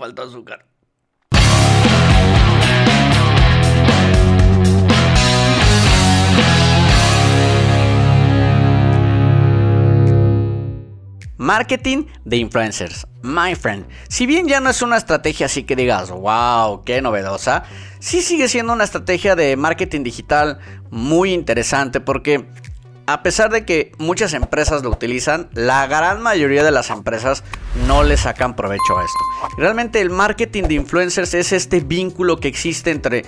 falta azúcar. Marketing de influencers, my friend. Si bien ya no es una estrategia así que digas, wow, qué novedosa, sí sigue siendo una estrategia de marketing digital muy interesante porque a pesar de que muchas empresas lo utilizan, la gran mayoría de las empresas no le sacan provecho a esto. Realmente el marketing de influencers es este vínculo que existe entre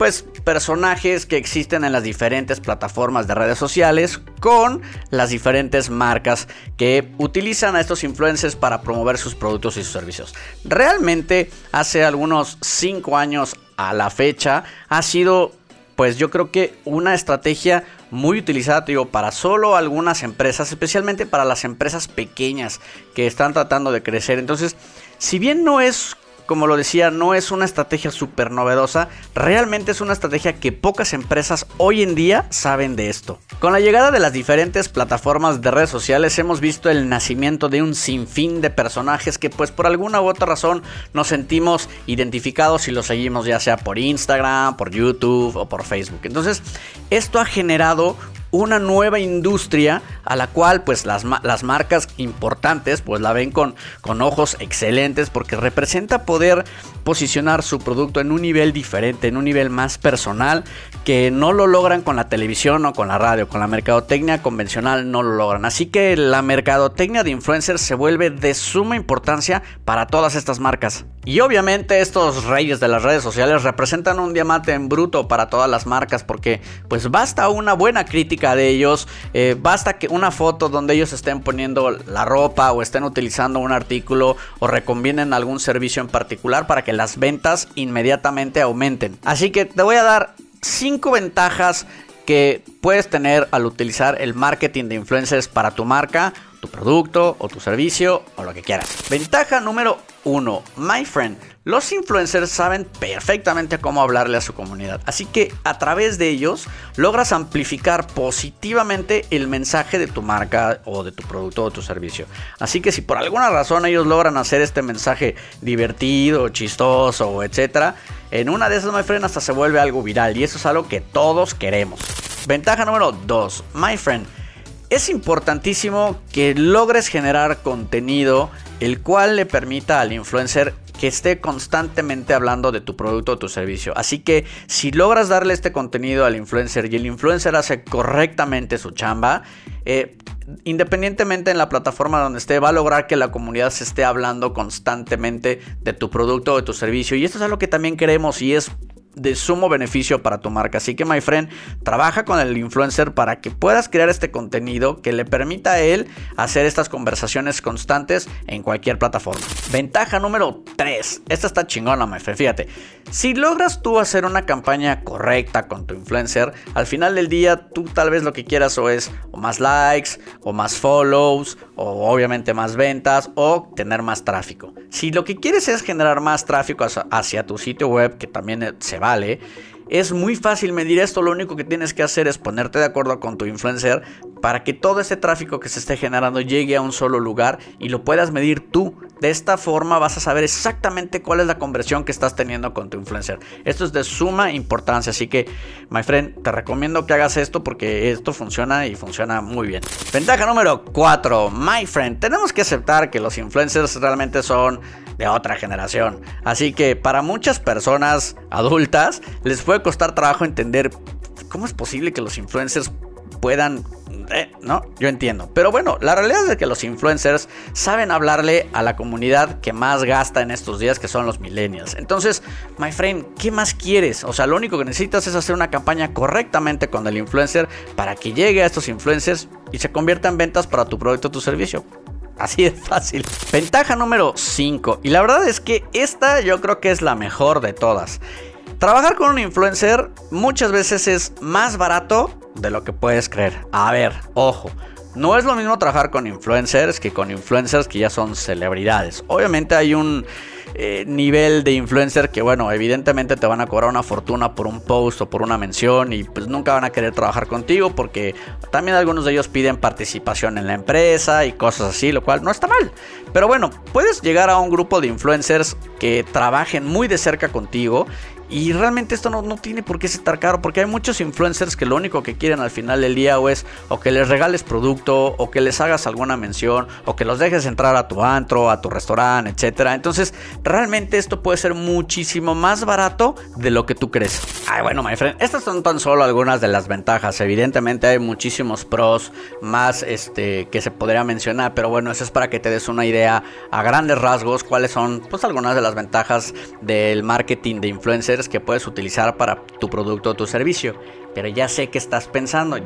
personajes que existen en las diferentes plataformas de redes sociales con las diferentes marcas que utilizan a estos influencers para promover sus productos y sus servicios. Realmente hace algunos 5 años a la fecha ha sido yo creo que una estrategia muy utilizada, para solo algunas empresas, especialmente para las empresas pequeñas que están tratando de crecer. Entonces, si bien no es, como lo decía, no es una estrategia súper novedosa, realmente es una estrategia que pocas empresas hoy en día saben de esto. Con la llegada de las diferentes plataformas de redes sociales hemos visto el nacimiento de un sinfín de personajes que por alguna u otra razón nos sentimos identificados y los seguimos ya sea por Instagram, por YouTube o por Facebook. Entonces esto ha generado una nueva industria a la cual las marcas importantes la ven con ojos excelentes porque representa poder posicionar su producto en un nivel diferente, en un nivel más personal que no lo logran con la televisión o con la radio, con la mercadotecnia convencional no lo logran. Así que la mercadotecnia de influencers se vuelve de suma importancia para todas estas marcas. Y obviamente estos reyes de las redes sociales representan un diamante en bruto para todas las marcas porque basta una buena crítica de ellos, basta que una foto donde ellos estén poniendo la ropa o estén utilizando un artículo o recomienden algún servicio en particular para que las ventas inmediatamente aumenten. Así que te voy a dar 5 ventajas que puedes tener al utilizar el marketing de influencers para tu marca, tu producto o tu servicio o lo que quieras. Ventaja número 1, my friend. Los influencers saben perfectamente cómo hablarle a su comunidad, así que a través de ellos logras amplificar positivamente el mensaje de tu marca o de tu producto o tu servicio. Así que si por alguna razón ellos logran hacer este mensaje divertido, chistoso, etcétera, en una de esas, my friend, hasta se vuelve algo viral y eso es algo que todos queremos. Ventaja número 2, my friend. Es importantísimo que logres generar contenido el cual le permita al influencer que esté constantemente hablando de tu producto o tu servicio. Así que si logras darle este contenido al influencer y el influencer hace correctamente su chamba, independientemente en la plataforma donde esté, va a lograr que la comunidad se esté hablando constantemente de tu producto o de tu servicio. Y esto es algo que también queremos y es de sumo beneficio para tu marca. Así que, my friend, trabaja con el influencer para que puedas crear este contenido que le permita a él hacer estas conversaciones constantes en cualquier plataforma. Ventaja número 3. Esta está chingona, my friend. Fíjate, si logras tú hacer una campaña correcta con tu influencer, al final del día tú tal vez lo que quieras es o más likes, o más follows, o obviamente más ventas, o tener más tráfico. Si lo que quieres es generar más tráfico hacia tu sitio web, que también se vale, es muy fácil medir esto. Lo único que tienes que hacer es ponerte de acuerdo con tu influencer para que todo ese tráfico que se esté generando llegue a un solo lugar y lo puedas medir tú. De esta forma vas a saber exactamente cuál es la conversión que estás teniendo con tu influencer. Esto es de suma importancia, así que, my friend, te recomiendo que hagas esto porque esto funciona y funciona muy bien. Ventaja número 4, my friend. Tenemos que aceptar que los influencers realmente son de otra generación. Así que para muchas personas adultas les puede costar trabajo entender cómo es posible que los influencers puedan... no, yo entiendo. Pero bueno, la realidad es que los influencers saben hablarle a la comunidad que más gasta en estos días, que son los millennials. Entonces, my friend, ¿qué más quieres? O sea, lo único que necesitas es hacer una campaña correctamente con el influencer para que llegue a estos influencers y se convierta en ventas para tu producto o tu servicio. Así de fácil. Ventaja número 5. Y la verdad es que esta yo creo que es la mejor de todas. Trabajar con un influencer muchas veces es más barato de lo que puedes creer. A ver, ojo, no es lo mismo trabajar con influencers que con influencers que ya son celebridades. Obviamente hay un nivel de influencer que, bueno, evidentemente te van a cobrar una fortuna por un post o por una mención y pues nunca van a querer trabajar contigo porque también algunos de ellos piden participación en la empresa y cosas así, lo cual no está mal. Pero bueno, puedes llegar a un grupo de influencers que trabajen muy de cerca contigo. Y realmente esto no tiene por qué estar caro, porque hay muchos influencers que lo único que quieren al final del día o que les regales producto, o que les hagas alguna mención, o que los dejes entrar a tu antro, a tu restaurante, etcétera. Entonces realmente esto puede ser muchísimo más barato de lo que tú crees. Ay, bueno, my friend, estas son tan solo algunas de las ventajas. Evidentemente hay muchísimos pros más que se podría mencionar, pero bueno, eso es para que te des una idea a grandes rasgos cuáles son pues algunas de las ventajas del marketing de influencers que puedes utilizar para tu producto o tu servicio. Pero ya sé que estás pensando,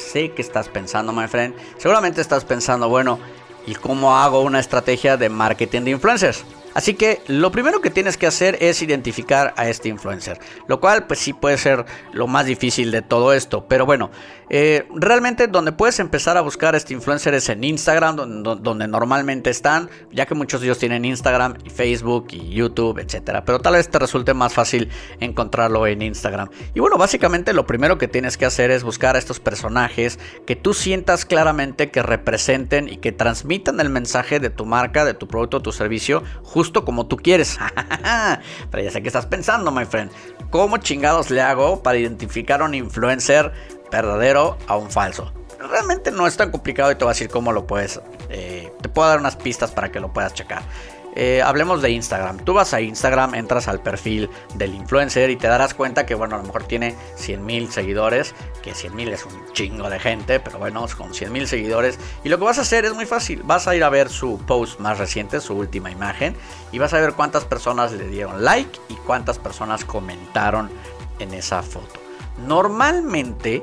my friend. Seguramente estás pensando, bueno, ¿y cómo hago una estrategia de marketing de influencers? Así que lo primero que tienes que hacer es identificar a este influencer, lo cual pues sí puede ser lo más difícil de todo esto, pero bueno, realmente donde puedes empezar a buscar a este influencer es en Instagram, donde normalmente están, ya que muchos de ellos tienen Instagram y Facebook y YouTube, etcétera, pero tal vez te resulte más fácil encontrarlo en Instagram. Y bueno, básicamente lo primero que tienes que hacer es buscar a estos personajes que tú sientas claramente que representen y que transmitan el mensaje de tu marca, de tu producto o tu servicio, justo como tú quieres. Pero ya sé que estás pensando, my friend, ¿cómo chingados le hago para identificar a un influencer verdadero a un falso? Realmente no es tan complicado y te voy a decir cómo lo puedes. Te puedo dar unas pistas para que lo puedas checar. Hablemos de Instagram. Tú vas a Instagram, entras al perfil del influencer y te darás cuenta que, bueno, a lo mejor tiene 100,000 seguidores, que 100,000 es un chingo de gente, pero bueno, con 100,000 seguidores. Y lo que vas a hacer es muy fácil. Vas a ir a ver su post más reciente, su última imagen, y vas a ver cuántas personas le dieron like y cuántas personas comentaron en esa foto. Normalmente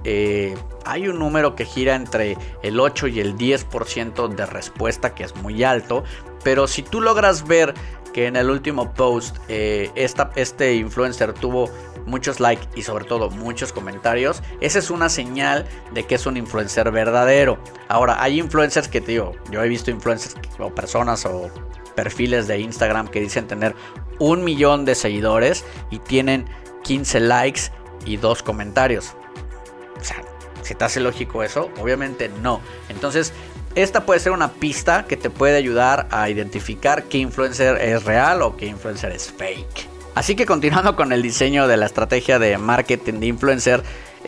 hay un número que gira entre el 8 y el 10% de respuesta, que es muy alto. Pero si tú logras ver que en el último post este influencer tuvo muchos likes y sobre todo muchos comentarios, esa es una señal de que es un influencer verdadero. Ahora, hay influencers que, te digo, yo he visto influencers o personas o perfiles de Instagram que dicen tener 1 millón de seguidores y tienen 15 likes y 2 comentarios. O sea, ¿se te hace lógico eso? Obviamente no. Entonces, esta puede ser una pista que te puede ayudar a identificar qué influencer es real o qué influencer es fake. Así que continuando con el diseño de la estrategia de marketing de influencer,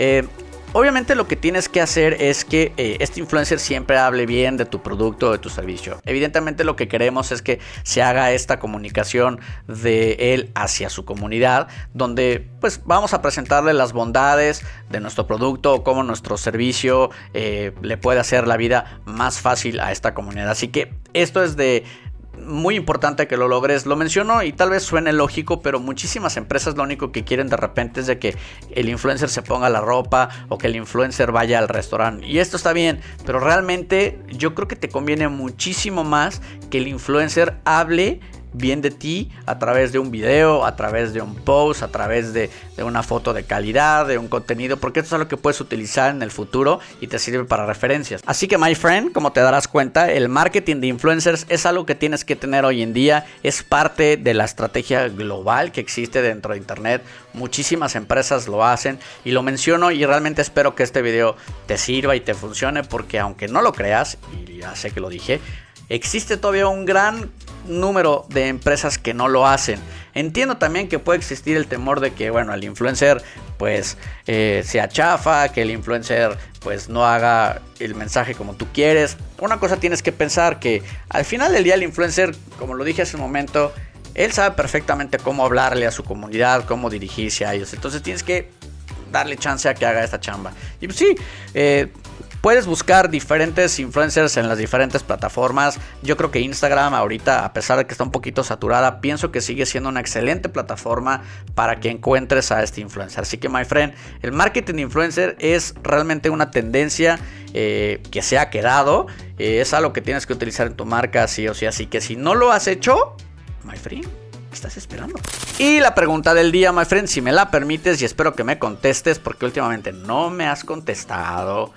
obviamente lo que tienes que hacer es que este influencer siempre hable bien de tu producto o de tu servicio. Evidentemente lo que queremos es que se haga esta comunicación de él hacia su comunidad, donde pues vamos a presentarle las bondades de nuestro producto o cómo nuestro servicio le puede hacer la vida más fácil a esta comunidad. Así que esto es muy importante que lo logres. Lo menciono y tal vez suene lógico, pero muchísimas empresas lo único que quieren de repente es de que el influencer se ponga la ropa o que el influencer vaya al restaurante. Y esto está bien, pero realmente yo creo que te conviene muchísimo más que el influencer hable bien de ti a través de un video, a través de un post, a través de una foto de calidad, de un contenido, porque esto es algo que puedes utilizar en el futuro y te sirve para referencias. Así que, my friend, como te darás cuenta, el marketing de influencers es algo que tienes que tener hoy en día, es parte de la estrategia global que existe dentro de internet. Muchísimas empresas lo hacen y lo menciono y realmente espero que este video te sirva y te funcione, porque aunque no lo creas, y ya sé que lo dije, existe todavía un gran número de empresas que no lo hacen. Entiendo también que puede existir el temor de que, bueno, el influencer pues sea chafa, que el influencer pues no haga el mensaje como tú quieres. Una cosa tienes que pensar, que al final del día el influencer, como lo dije hace un momento, él sabe perfectamente cómo hablarle a su comunidad, cómo dirigirse a ellos. Entonces tienes que darle chance a que haga esta chamba. Y pues sí, puedes buscar diferentes influencers en las diferentes plataformas. Yo creo que Instagram ahorita, a pesar de que está un poquito saturada, pienso que sigue siendo una excelente plataforma para que encuentres a este influencer. Así que, my friend, el marketing influencer es realmente una tendencia que se ha quedado. Es algo que tienes que utilizar en tu marca sí o sí. Así que si no lo has hecho, my friend, ¿qué estás esperando? Y la pregunta del día, my friend, si me la permites, y espero que me contestes, porque últimamente no me has contestado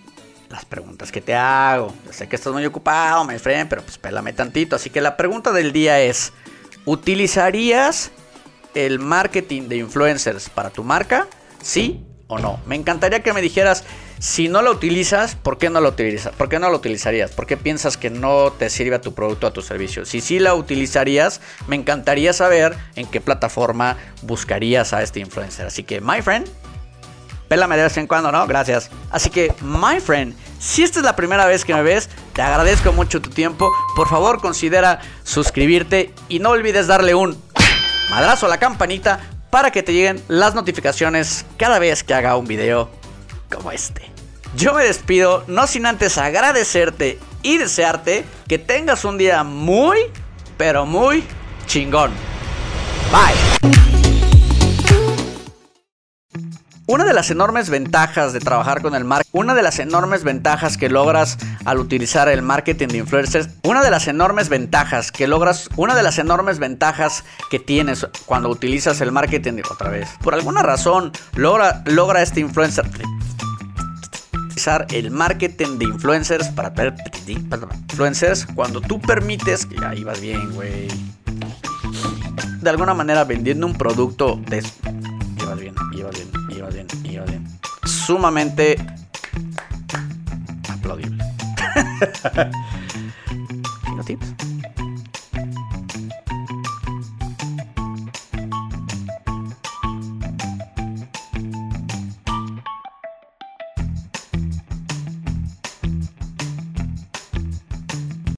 las preguntas que te hago. Yo sé que estás muy ocupado, my friend, pero pues pélame tantito. Así que la pregunta del día es: ¿Utilizarías el marketing de influencers para tu marca? ¿Sí o no? Me encantaría que me dijeras, si no lo utilizas, ¿por qué no lo utilizas? ¿Por qué no lo utilizarías? ¿Por qué piensas que no te sirve a tu producto, a tu servicio? Si sí la utilizarías, me encantaría saber en qué plataforma buscarías a este influencer. Así que, my friend, pélame de vez en cuando, ¿no? Gracias. Así que, my friend, si esta es la primera vez que me ves, te agradezco mucho tu tiempo. Por favor, considera suscribirte y no olvides darle un madrazo a la campanita para que te lleguen las notificaciones cada vez que haga un video como este. Yo me despido, no sin antes agradecerte y desearte que tengas un día muy, pero muy chingón. Bye. Una de las enormes ventajas de trabajar con el marketing, una de las enormes ventajas que logras al utilizar el marketing de influencers, una de las enormes ventajas que tienes cuando utilizas el marketing de, otra vez, por alguna razón logra este influencer utilizar el marketing de influencers para influencers cuando tú permites que ya ibas bien, güey. De alguna manera vendiendo un producto de iba bien. Sumamente aplaudible. ¿Tengo tips?